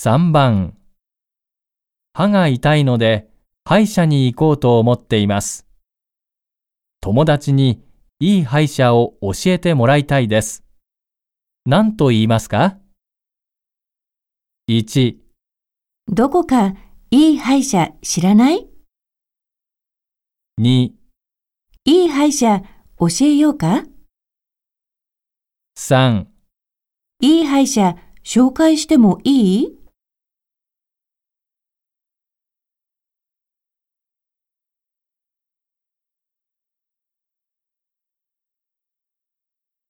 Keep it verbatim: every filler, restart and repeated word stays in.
さんばん、歯が痛いので歯医者に行こうと思っています。友達にいい歯医者を教えてもらいたいです。何と言いますか？いち、 どこかいい歯医者知らない？ に、 いい歯医者教えようか？ さん、 いい歯医者紹介してもいい？